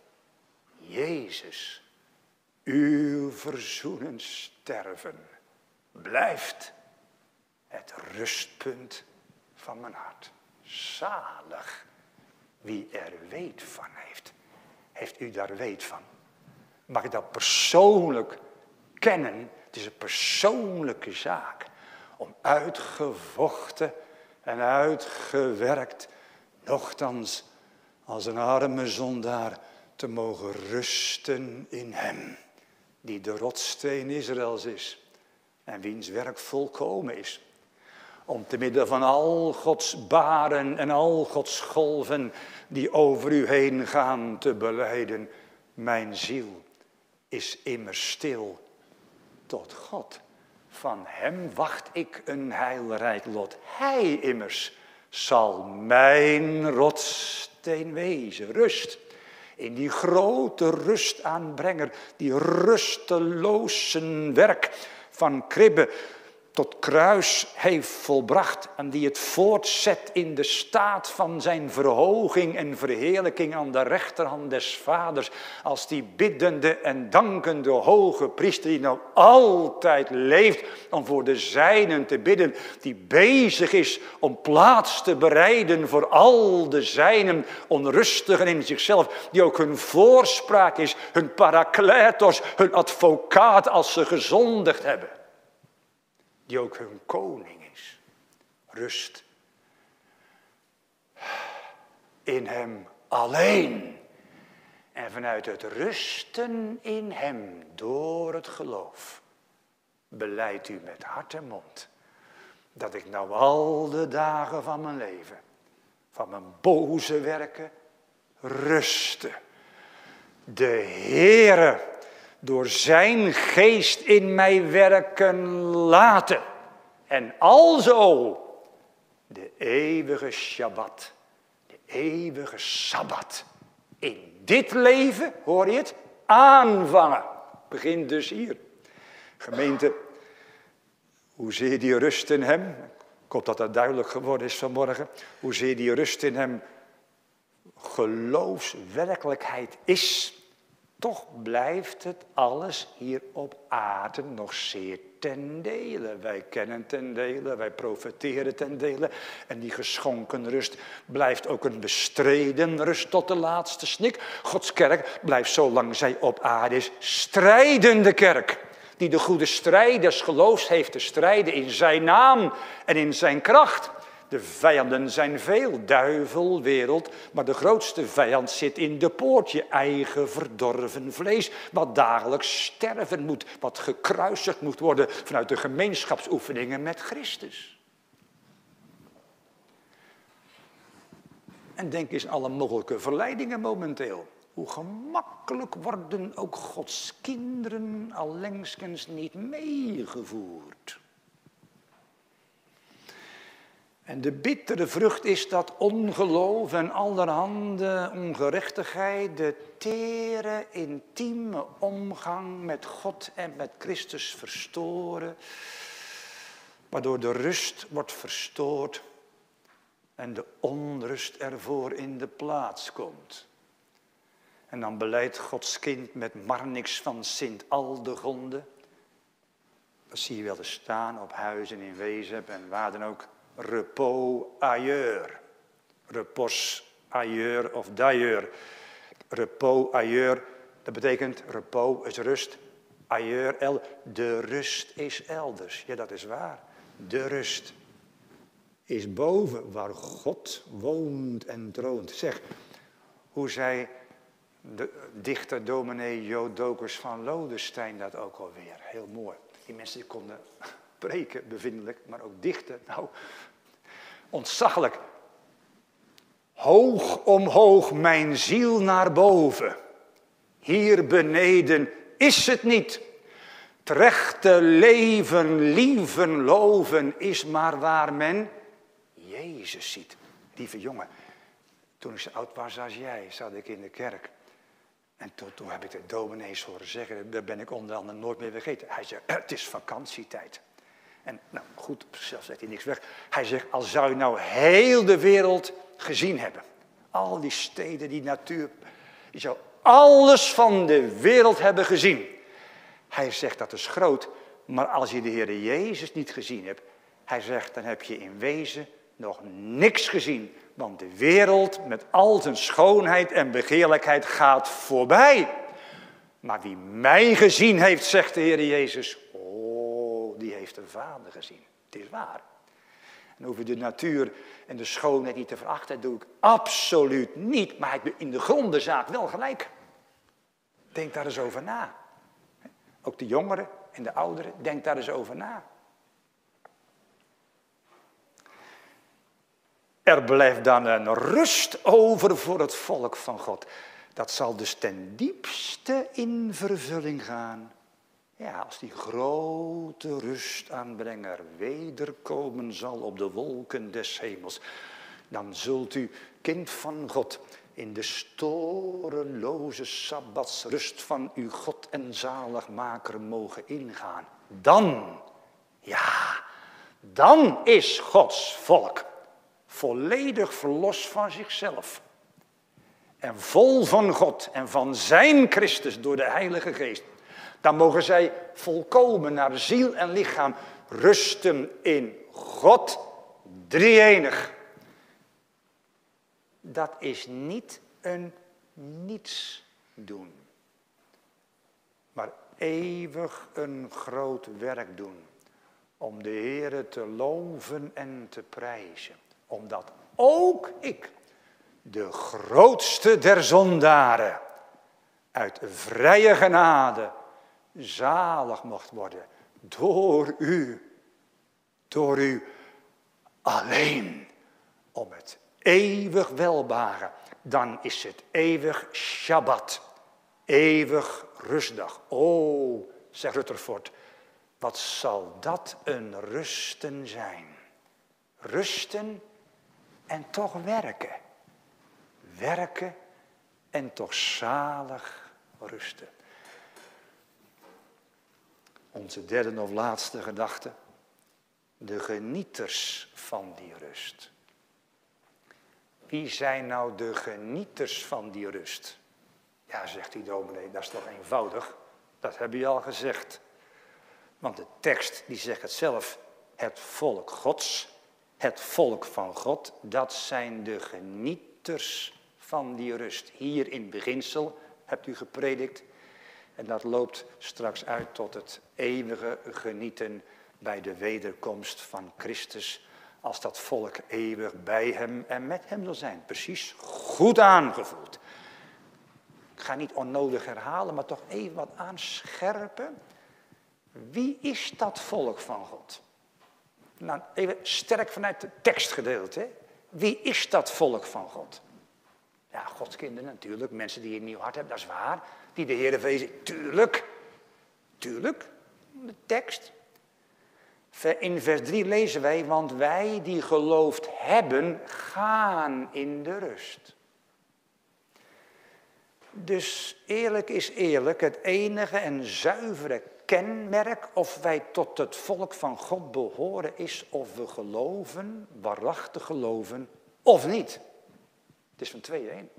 Jezus, uw verzoenend sterven blijft het rustpunt van mijn hart. Zalig wie er weet van heeft. Heeft u daar weet van? Mag ik dat persoonlijk kennen? Het is een persoonlijke zaak. Om uitgevochten en uitgewerkt, nochtans als een arme zondaar, te mogen rusten in hem. Die de rotssteen Israëls is. En wiens werk volkomen is. Om te midden van al Gods baren en al Gods golven die over u heen gaan te belijden. Mijn ziel is immers stil tot God. Van hem wacht ik een heilrijk lot. Hij immers zal mijn rotssteen wezen. Rust. In die grote rustaanbrenger. Die rusteloze werk van kribbe tot kruis heeft volbracht en die het voortzet in de staat van zijn verhoging en verheerlijking aan de rechterhand des Vaders, als die biddende en dankende hoge priester die nou altijd leeft om voor de zijnen te bidden, die bezig is om plaats te bereiden voor al de zijnen, onrustigen in zichzelf, die ook hun voorspraak is, hun parakletos, hun advocaat als ze gezondigd hebben. Die ook hun koning is. Rust in hem alleen. En vanuit het rusten in hem door het geloof beleidt u met hart en mond dat ik nou al de dagen van mijn leven, van mijn boze werken, rusten. De Heere door zijn geest in mij werken laten. En alzo de eeuwige Shabbat, de eeuwige Sabbat in dit leven, hoor je het, aanvangen. Begint dus hier. Gemeente, hoezeer die rust in hem, ik hoop dat dat duidelijk geworden is vanmorgen, hoezeer die rust in hem geloofswerkelijkheid is, toch blijft het alles hier op aarde nog zeer ten dele. Wij kennen ten dele, wij profiteren ten dele. En die geschonken rust blijft ook een bestreden rust tot de laatste snik. Gods kerk blijft zolang zij op aarde is strijdende kerk. Die de goede strijd des geloofs heeft te strijden in zijn naam en in zijn kracht. De vijanden zijn veel, duivel, wereld, maar de grootste vijand zit in de poort, je eigen verdorven vlees, wat dagelijks sterven moet, wat gekruisigd moet worden vanuit de gemeenschapsoefeningen met Christus. En denk eens aan alle mogelijke verleidingen momenteel. Hoe gemakkelijk worden ook Gods kinderen allengskens niet meegevoerd. En de bittere vrucht is dat ongeloof en allerhande ongerechtigheid, de tere, intieme omgang met God en met Christus verstoren, waardoor de rust wordt verstoord en de onrust ervoor in de plaats komt. En dan beleidt Gods kind met Marnix van Sint-Aldegonde, dat zie je wel eens staan op huizen in Wezep en waar dan ook, repos ailleurs. Repos ailleurs of d'ailleurs. Repos ailleurs, dat betekent repos is rust. Ailleurs, de rust is elders. Ja, dat is waar. De rust is boven waar God woont en troont. Zeg, hoe zei de dichter dominee Jodocus van Lodestein dat ook alweer? Heel mooi. Die mensen die konden preken bevindelijk, maar ook dichten. Nou, ontzaglijk. Hoog omhoog mijn ziel naar boven. Hier beneden is het niet. Het rechte leven, lieven, loven is maar waar men Jezus ziet. Lieve jongen, toen ik zo oud was als jij, zat ik in de kerk. En toen heb ik de dominees horen zeggen, daar ben ik onder andere nooit meer vergeten. Hij zei, het is vakantietijd. En nou goed, zelf zegt hij niks weg. Hij zegt, als zou je nou heel de wereld gezien hebben. Al die steden, die natuur. Je zou alles van de wereld hebben gezien. Hij zegt, dat is groot. Maar als je de Heer Jezus niet gezien hebt. Hij zegt, dan heb je in wezen nog niks gezien. Want de wereld met al zijn schoonheid en begeerlijkheid gaat voorbij. Maar wie mij gezien heeft, zegt de Heer Jezus. Oh, die heeft de Vader gezien. Het is waar. En hoef je de natuur en de schoonheid niet te verachten. Dat doe ik absoluut niet. Maar ik ben in de grondenzaak wel gelijk. Denk daar eens over na. Ook de jongeren en de ouderen, denk daar eens over na. Er blijft dan een rust over voor het volk van God. Dat zal dus ten diepste in vervulling gaan. Ja, als die grote rustaanbrenger wederkomen zal op de wolken des hemels. Dan zult u, kind van God, in de storeloze sabbatsrust van uw God en zaligmaker mogen ingaan. Dan, ja, dan is Gods volk volledig verlost van zichzelf. En vol van God en van zijn Christus door de Heilige Geest. Dan mogen zij volkomen naar ziel en lichaam rusten in God, drie-enig. Dat is niet een niets doen. Maar eeuwig een groot werk doen. Om de Heere te loven en te prijzen. Omdat ook ik, de grootste der zondaren, uit vrije genade zalig mocht worden. Door u alleen. Om het eeuwig welbaren. Dan is het eeuwig Shabbat. Eeuwig rustdag. O, zegt Rutherford, wat zal dat een rusten zijn. Rusten en toch werken. Werken en toch zalig rusten. Onze derde of laatste gedachte. De genieters van die rust. Wie zijn nou de genieters van die rust? Ja, zegt die dominee, dat is toch eenvoudig? Dat heb je al gezegd. Want de tekst die zegt het zelf. Het volk Gods, het volk van God, dat zijn de genieters van die rust. Hier in beginsel hebt u gepredikt. En dat loopt straks uit tot het eeuwige genieten bij de wederkomst van Christus. Als dat volk eeuwig bij hem en met hem zal zijn. Precies goed aangevoeld. Ik ga niet onnodig herhalen, maar toch even wat aanscherpen. Wie is dat volk van God? Nou, even sterk vanuit het tekstgedeelte. Wie is dat volk van God? Ja, Gods kinderen natuurlijk, mensen die een nieuw hart hebben, dat is waar. Die de Heere vrezen, tuurlijk. Tuurlijk, de tekst. In vers 3 lezen wij, want wij die geloofd hebben, gaan in de rust. Dus eerlijk is eerlijk, het enige en zuivere kenmerk of wij tot het volk van God behoren is of we geloven, waarachtig geloven of niet. Het is van 2-1.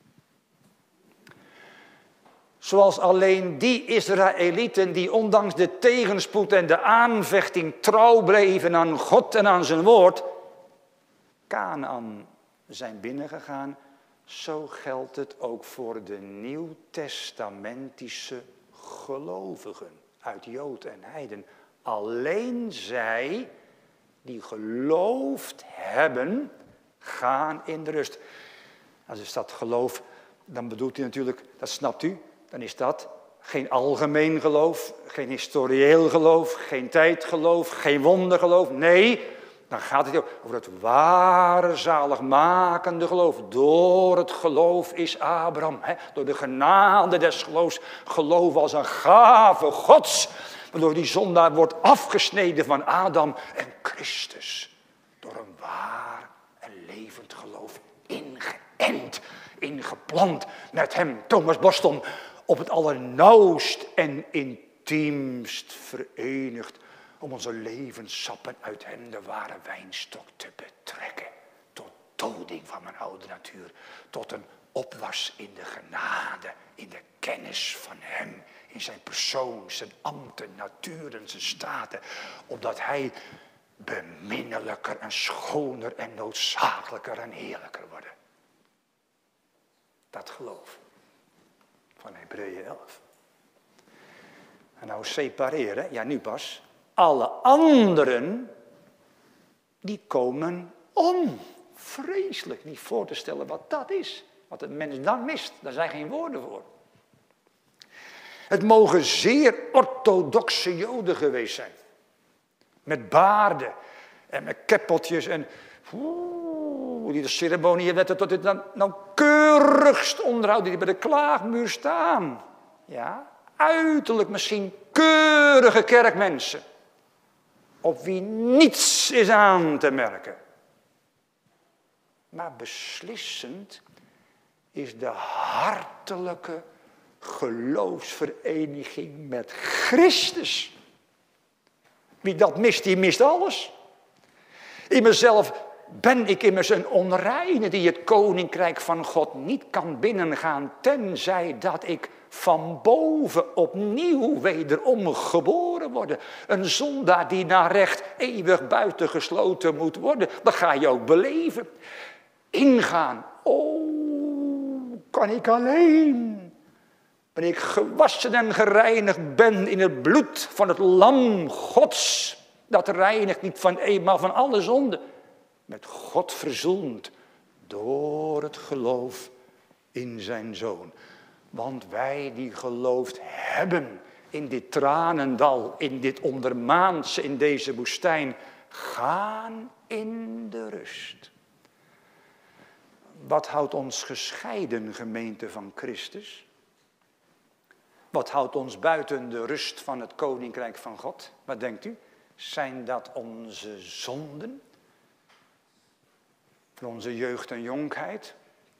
Zoals alleen die Israëlieten die ondanks de tegenspoed en de aanvechting trouw bleven aan God en aan zijn woord, Kanaan zijn binnengegaan, zo geldt het ook voor de nieuwtestamentische gelovigen uit Jood en Heiden. Alleen zij die geloofd hebben, gaan in de rust. Als is dat geloof, dan bedoelt hij natuurlijk, dat snapt u, dan is dat geen algemeen geloof, geen historieel geloof, geen tijdgeloof, geen wondergeloof. Nee, Dan gaat het over het ware zaligmakende geloof. Door het geloof is Abraham, door de genade des geloofs, geloof als een gave Gods. Waardoor die zondaar wordt afgesneden van Adam en Christus. Door een waar en levend geloof ingeënt, ingeplant met hem, Thomas Boston, op het allernauwst en intiemst verenigd. Om onze levenssappen uit hem de ware wijnstok te betrekken. Tot doding van mijn oude natuur. Tot een opwas in de genade, in de kennis van hem. In zijn persoon, zijn ambten, naturen, zijn staten. Opdat hij beminnelijker en schoner en noodzakelijker en heerlijker wordt. Dat geloof van Hebreeën 11. En nou separeren, ja nu pas. Alle anderen, die komen om. Vreselijk niet voor te stellen wat dat is. Wat een mens dan mist, daar zijn geen woorden voor. Het mogen zeer orthodoxe Joden geweest zijn. Met baarden en met keppeltjes en die de ceremoniewetten tot het nauwkeurigst onderhouden. Die bij de klaagmuur staan. Ja, uiterlijk misschien keurige kerkmensen. Op wie niets is aan te merken. Maar beslissend is de hartelijke geloofsvereniging met Christus. Wie dat mist, die mist alles. In mezelf ben ik immers een onreine die het koninkrijk van God niet kan binnengaan, tenzij dat ik van boven opnieuw wederom geboren worden. Een zondaar die naar recht eeuwig buitengesloten moet worden. Dat ga je ook beleven. Ingaan. Oh, kan ik alleen. Wanneer ik gewassen en gereinigd ben in het bloed van het lam Gods. Dat reinigt niet van een, maar van alle zonden. Met God verzoend door het geloof in zijn Zoon. Want wij die geloofd hebben in dit tranendal, in dit ondermaanse, in deze woestijn, gaan in de rust. Wat houdt ons gescheiden, gemeente van Christus? Wat houdt ons buiten de rust van het koninkrijk van God? Wat denkt u? Zijn dat onze zonden? Van onze jeugd en jonkheid?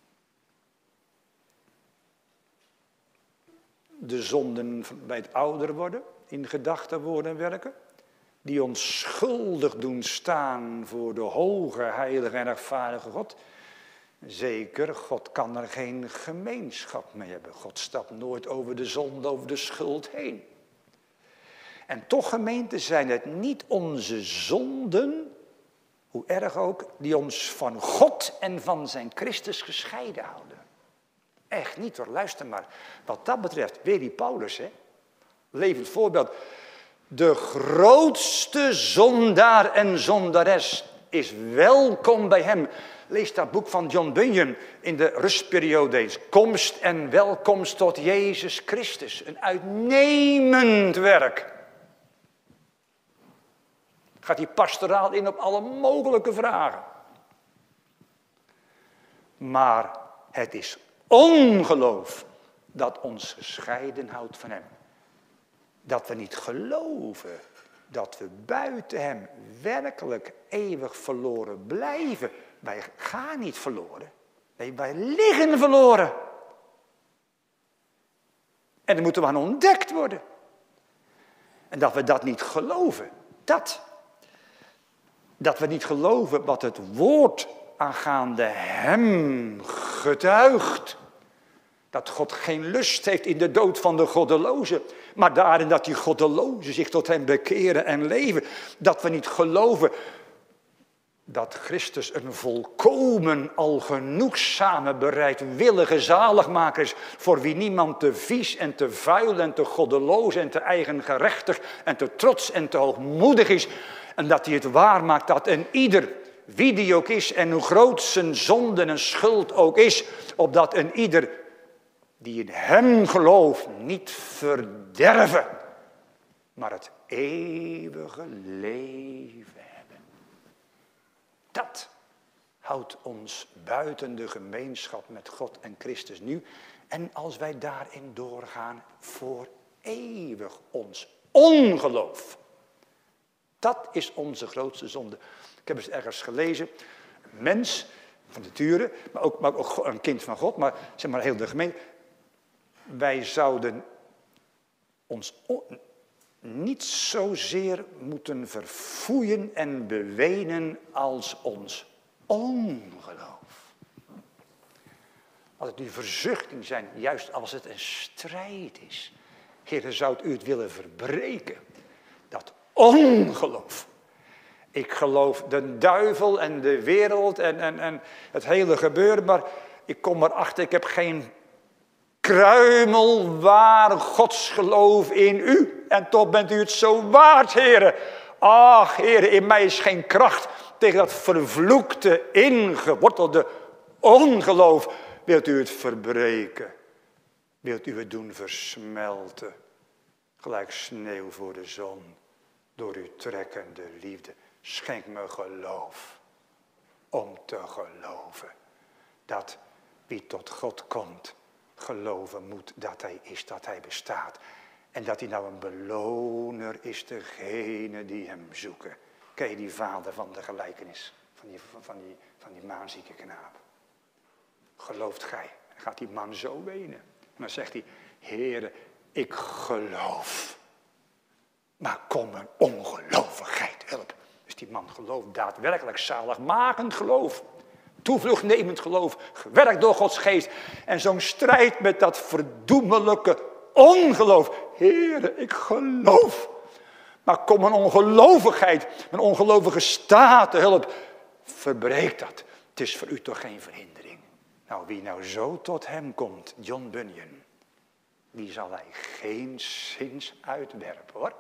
De zonden bij het ouder worden, in gedachten, woorden en werken? Die ons schuldig doen staan voor de hoge, heilige en rechtvaardige God? Zeker, God kan er geen gemeenschap mee hebben. God stapt nooit over de zonde, over de schuld heen. En toch, gemeente, zijn het niet onze zonden, hoe erg ook, die ons van God en van zijn Christus gescheiden houden. Echt niet hoor, luister maar. Wat dat betreft, weer die Paulus, levend voorbeeld. De grootste zondaar en zondares is welkom bij hem. Lees dat boek van John Bunyan in de rustperiode eens. Komst en welkomst tot Jezus Christus. Een uitnemend werk. Gaat hij pastoraal in op alle mogelijke vragen. Maar het is ongeloof dat ons gescheiden houdt van hem. Dat we niet geloven dat we buiten hem werkelijk eeuwig verloren blijven. Wij gaan niet verloren. Nee, wij liggen verloren. En er moet er aan ontdekt worden. En dat we dat niet geloven. Dat we niet geloven wat het woord aangaande hem getuigt. Dat God geen lust heeft in de dood van de goddelozen. Maar daarin dat die goddelozen zich tot hem bekeren en leven. Dat we niet geloven dat Christus een volkomen, algenoegzame, bereidwillige zaligmaker is. Voor wie niemand te vies en te vuil en te goddeloos en te eigengerechtig en te trots en te hoogmoedig is. En dat hij het waarmaakt dat een ieder, wie die ook is en hoe groot zijn zonde en schuld ook is, opdat een ieder die in hem gelooft niet verderven, maar het eeuwige leven hebben. Dat houdt ons buiten de gemeenschap met God en Christus nu. En als wij daarin doorgaan, voor eeuwig ons ongeloof. Dat is onze grootste zonde. Ik heb eens ergens gelezen, een mens van nature, maar ook een kind van God, maar zeg maar heel de gemeente. Wij zouden ons niet zozeer moeten verfoeien en bewenen als ons ongeloof. Als het nu verzuchting zijn, juist als het een strijd is. Heer, zou u het willen verbreken? Dat ongeloof. Ik geloof de duivel en de wereld en het hele gebeuren, maar ik kom erachter, ik heb geen kruimel waar godsgeloof in u. En toch bent u het zo waard, heren. Ach, heren, in mij is geen kracht tegen dat vervloekte, ingewortelde ongeloof. Wilt u het verbreken? Wilt u het doen versmelten? Gelijk sneeuw voor de zon. Door uw trekkende liefde. Schenk me geloof. Om te geloven. Dat wie tot God komt, geloven moet dat hij is, dat hij bestaat. En dat hij nou een beloner is, degene die hem zoeken. Ken je die vader van de gelijkenis? Van die maanzieke knaap. Gelooft gij? Dan gaat die man zo wenen. En dan zegt hij, Heere, ik geloof. Maar kom mijn ongelovigheid help. Dus die man gelooft daadwerkelijk, zaligmakend geloof. Toevluchtnemend geloof, gewerkt door Gods geest. En zo'n strijd met dat verdoemelijke ongeloof. Heere, ik geloof. Maar kom mijn ongelovigheid, mijn ongelovige staat te hulp. Verbreek dat. Het is voor u toch geen verhindering. Nou, wie nou zo tot hem komt, John Bunyan, die zal hij geen zins uitwerpen, hoor.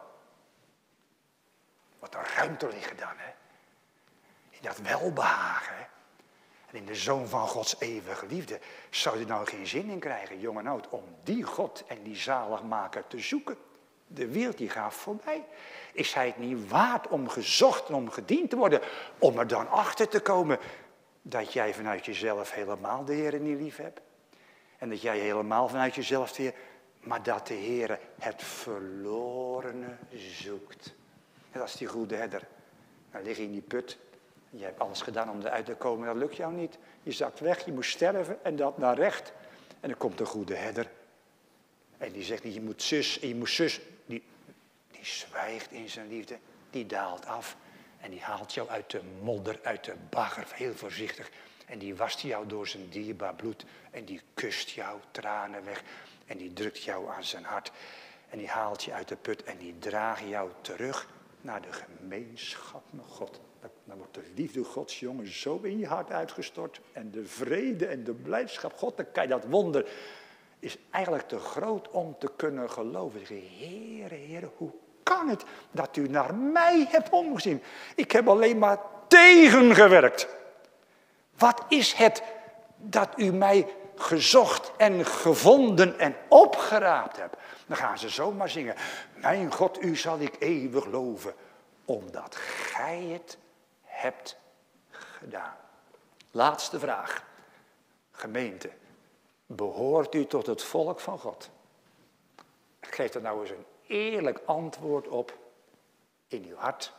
Wat een ruimte liggen dan, hè. In dat welbehagen, hè. En in de Zoon van Gods eeuwige liefde zou je nou geen zin in krijgen, jong en oud, om die God en die zaligmaker te zoeken. De wereld die gaat voorbij. Is hij het niet waard om gezocht en om gediend te worden, om er dan achter te komen dat jij vanuit jezelf helemaal de Heer niet lief hebt? En dat jij helemaal vanuit jezelf de Heer, maar dat de Heer het verlorene zoekt. En dat is die goede herder. Dan lig je in die put. Je hebt alles gedaan om eruit te komen, dat lukt jou niet. Je zakt weg, je moet sterven en dat naar recht. En dan komt de goede herder. En die zegt niet, je moet zus en je moet zus. Die zwijgt in zijn liefde, die daalt af. En die haalt jou uit de modder, uit de bagger, heel voorzichtig. En die wast jou door zijn dierbaar bloed. En die kust jouw tranen weg. En die drukt jou aan zijn hart. En die haalt je uit de put en die draagt jou terug naar de gemeenschap met God. Dan wordt de liefde Gods, jongen, zo in je hart uitgestort. En de vrede en de blijdschap God, dan kan je dat wonder, is eigenlijk te groot om te kunnen geloven. Heere, Heere, hoe kan het dat u naar mij hebt omgezien? Ik heb alleen maar tegengewerkt. Wat is het dat u mij gezocht en gevonden en opgeraapt hebt? Dan gaan ze zomaar zingen. Mijn God, u zal ik eeuwig loven, omdat gij het hebt gedaan. Laatste vraag. Gemeente, behoort u tot het volk van God? Geef er nou eens een eerlijk antwoord op in uw hart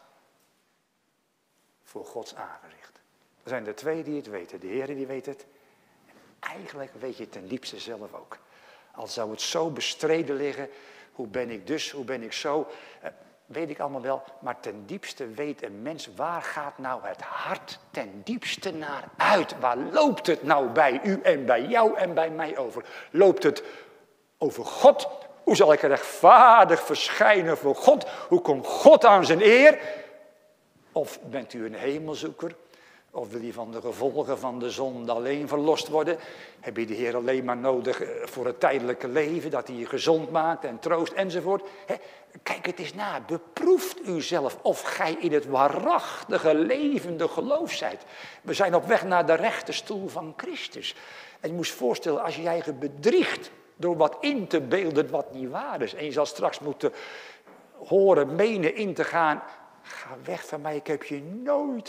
voor Gods aangezicht. Er zijn er twee die het weten. De Heer die weet het. En eigenlijk weet je het ten diepste zelf ook. Al zou het zo bestreden liggen. Hoe ben ik dus, hoe ben ik zo. Weet ik allemaal wel. Maar ten diepste weet een mens, waar gaat nou het hart ten diepste naar uit? Waar loopt het nou bij u en bij jou en bij mij over? Loopt het over God? Hoe zal ik rechtvaardig verschijnen voor God? Hoe komt God aan zijn eer? Of bent u een hemelzoeker? Of wil je van de gevolgen van de zonde alleen verlost worden? Heb je de Heer alleen maar nodig voor het tijdelijke leven, dat hij je gezond maakt en troost enzovoort? Kijk het eens na, beproeft u zelf of gij in het waarachtige, levende geloof zijt. We zijn op weg naar de rechterstoel van Christus. En je moest voorstellen, als je je eigen bedriegt door wat in te beelden wat niet waar is. En je zal straks moeten horen, menen in te gaan. Ga weg van mij, ik heb je nooit gekend.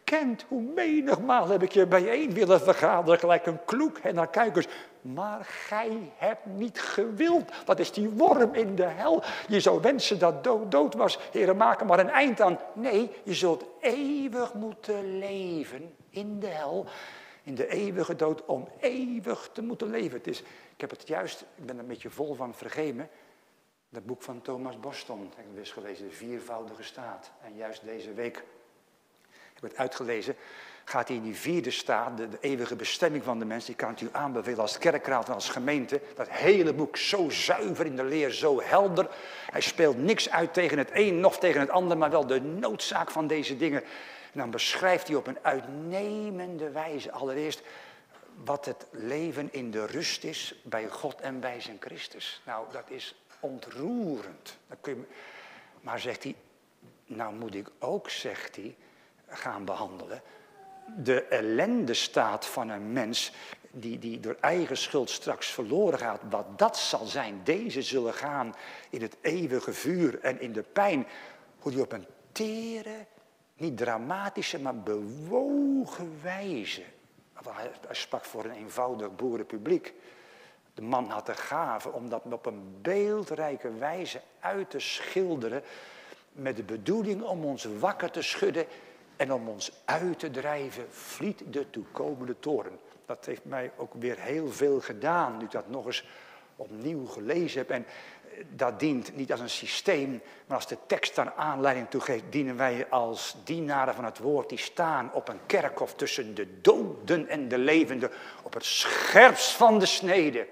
gekend. Hoe menigmaal heb ik je bijeen willen vergaderen, gelijk een kloek en naar kuikens. Maar gij hebt niet gewild. Wat is die worm in de hel? Je zou wensen dat dood was. Heere, maak er maar een eind aan. Nee, je zult eeuwig moeten leven in de hel. In de eeuwige dood om eeuwig te moeten leven. Ik ben er een beetje vol van vergeten. Dat boek van Thomas Boston, heb ik dus gelezen, de viervoudige staat. En juist deze week heb ik het uitgelezen. Gaat hij in die vierde staat, de eeuwige bestemming van de mens. Die kan ik u aanbevelen als kerkraad en als gemeente. Dat hele boek zo zuiver in de leer, zo helder. Hij speelt niks uit tegen het een, noch tegen het ander, maar wel de noodzaak van deze dingen. En dan beschrijft hij op een uitnemende wijze allereerst wat het leven in de rust is bij God en bij zijn Christus. Nou, dat is ontroerend. Maar zegt hij, nou moet ik ook, zegt hij, gaan behandelen de ellende staat van een mens die door eigen schuld straks verloren gaat. Wat dat zal zijn, deze zullen gaan in het eeuwige vuur en in de pijn. Hoe die op een tere, niet dramatische, maar bewogen wijze. Hij sprak voor een eenvoudig boerenpubliek. De man had de gave om dat op een beeldrijke wijze uit te schilderen. Met de bedoeling om ons wakker te schudden en om ons uit te drijven, vliet de toekomende toorn. Dat heeft mij ook weer heel veel gedaan, nu ik dat nog eens opnieuw gelezen heb. En dat dient niet als een systeem, maar als de tekst daar aanleiding toe geeft, dienen wij als dienaren van het woord die staan op een kerkhof tussen de doden en de levenden, op het scherpst van de snede.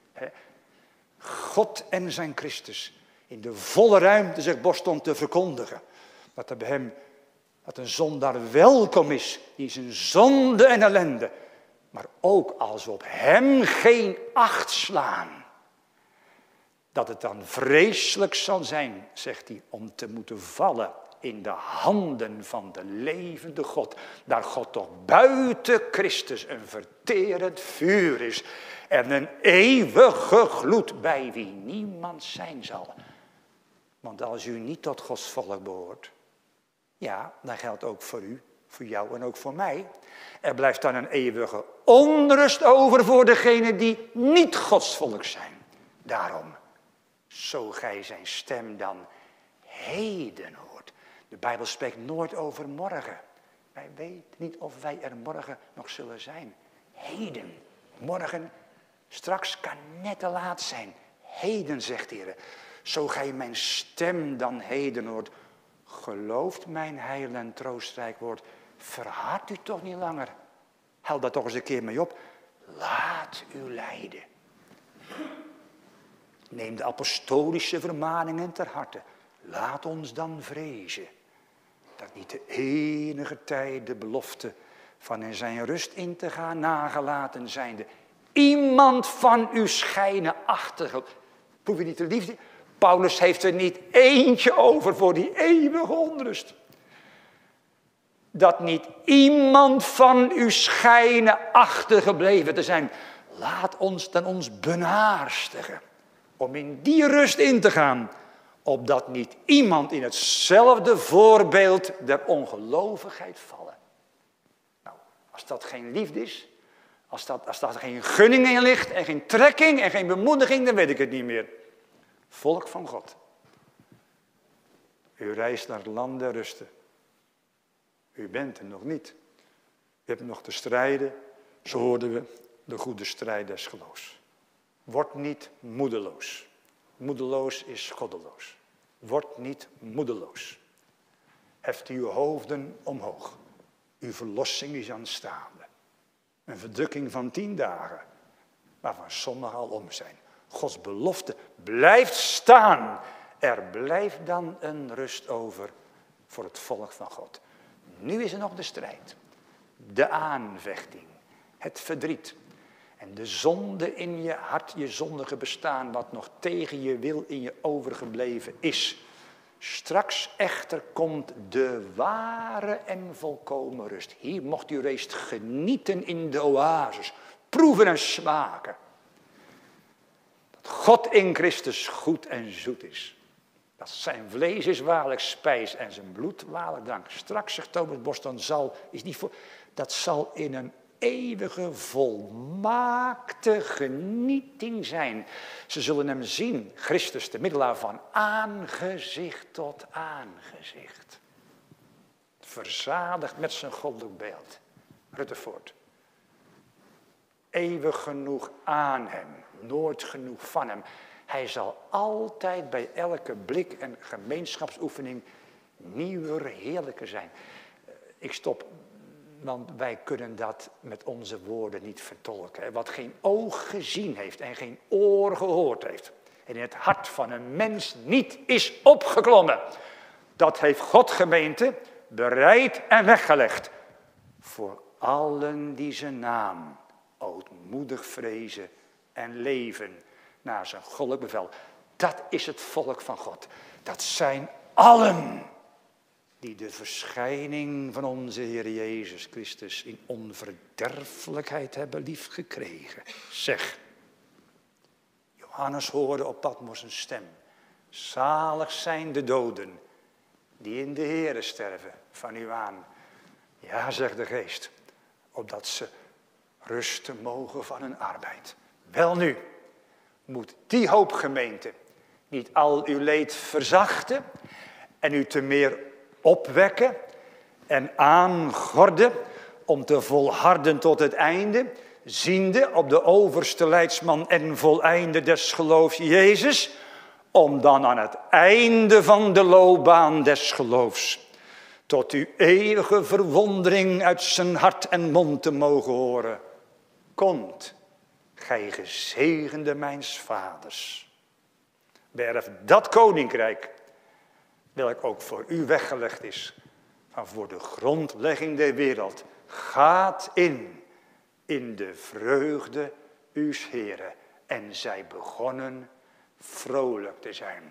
God en zijn Christus in de volle ruimte, zegt Boston, te verkondigen. Dat er bij hem, dat een zondaar welkom is, die zijn zonde en ellende, maar ook als we op hem geen acht slaan, dat het dan vreselijk zal zijn, zegt hij, om te moeten vallen in de handen van de levende God. Daar God toch buiten Christus een verterend vuur is en een eeuwige gloed bij wie niemand zijn zal. Want als u niet tot Gods volk behoort, ja, dan geldt ook voor u, voor jou en ook voor mij. Er blijft dan een eeuwige onrust over voor degenen die niet Gods volk zijn. Daarom, zo gij zijn stem dan heden hoort. De Bijbel spreekt nooit over morgen. Wij weten niet of wij er morgen nog zullen zijn. Heden, morgen, straks kan net te laat zijn. Heden, zegt de Heer, zo gij mijn stem dan heden hoort. Gelooft mijn heil en troostrijk woord. Verhard u toch niet langer. Hel daar toch eens een keer mee op. Laat u leiden. Neem de apostolische vermaningen ter harte. Laat ons dan vrezen. Dat niet de enige tijd de belofte van in zijn rust in te gaan nagelaten zijnde. Iemand van u schijnen achter. Proef je niet de liefde? Paulus heeft er niet eentje over voor die eeuwige onrust. Dat niet iemand van u schijnen achtergebleven te zijn. Laat ons dan ons benaastigen om in die rust in te gaan. Opdat niet iemand in hetzelfde voorbeeld der ongelovigheid vallen. Nou, als dat geen liefde is, als dat geen gunning in ligt en geen trekking en geen bemoediging, dan weet ik het niet meer. Volk van God. U reist naar het land der rusten. U bent er nog niet. U hebt nog te strijden, zo hoorden we, de goede strijd des geloofs. Word niet moedeloos. Moedeloos is goddeloos. Word niet moedeloos. Heft uw hoofden omhoog. Uw verlossing is aanstaande. Een verdrukking van 10 dagen, waarvan sommigen al om zijn. Gods belofte blijft staan. Er blijft dan een rust over voor het volk van God. Nu is er nog de strijd. De aanvechting. Het verdriet. En de zonde in je hart, je zondige bestaan, wat nog tegen je wil in je overgebleven is. Straks echter komt de ware en volkomen rust. Hier mocht u reeds genieten in de oases. Proeven en smaken. Dat God in Christus goed en zoet is. Dat Dat zijn vlees is waarlijk spijs en zijn bloed waarlijk drank. Straks, zegt Thomas Bos, dan dat zal in een eeuwige volmaakte genieting zijn. Ze zullen hem zien, Christus, de middelaar, van aangezicht tot aangezicht. Verzadigd met zijn goddelijk beeld. Rutherford. Eeuwig genoeg aan hem, nooit genoeg van hem. Hij zal altijd bij elke blik en gemeenschapsoefening nieuwer, heerlijker zijn. Ik stop, want wij kunnen dat met onze woorden niet vertolken. Wat geen oog gezien heeft en geen oor gehoord heeft. En in het hart van een mens niet is opgeklommen. Dat heeft God, gemeente, bereid en weggelegd. Voor allen die zijn naam ootmoedig vrezen en leven naar zijn goddelijk bevel. Dat is het volk van God. Dat zijn allen die de verschijning van onze Heer Jezus Christus in onverderfelijkheid hebben liefgekregen. Zeg, Johannes hoorde op Patmos een stem. Zalig zijn de doden die in de Heere sterven van u aan. Ja, zegt de Geest, opdat ze rusten mogen van hun arbeid. Welnu, moet die hoop, gemeente, niet al uw leed verzachten en u te meer opwekken en aangorden om te volharden tot het einde, ziende op de overste leidsman en voleinde des geloofs Jezus, om dan aan het einde van de loopbaan des geloofs tot uw eeuwige verwondering uit zijn hart en mond te mogen horen. Komt, gij gezegende mijns vaders. Beërf dat koninkrijk, welk ook voor u weggelegd is, van voor de grondlegging der wereld. Gaat in de vreugde uws Heren. En zij begonnen vrolijk te zijn.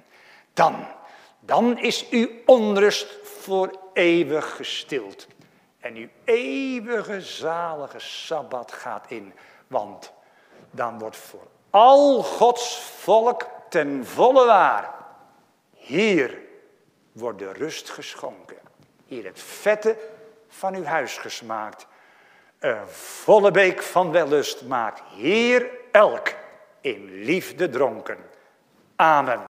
Dan is uw onrust voor eeuwig gestild. En uw eeuwige zalige Sabbat gaat in. Want dan wordt voor al Gods volk ten volle waar. Hier wordt de rust geschonken. Hier het vette van uw huis gesmaakt. Een volle beek van wellust maakt hier elk in liefde dronken. Amen.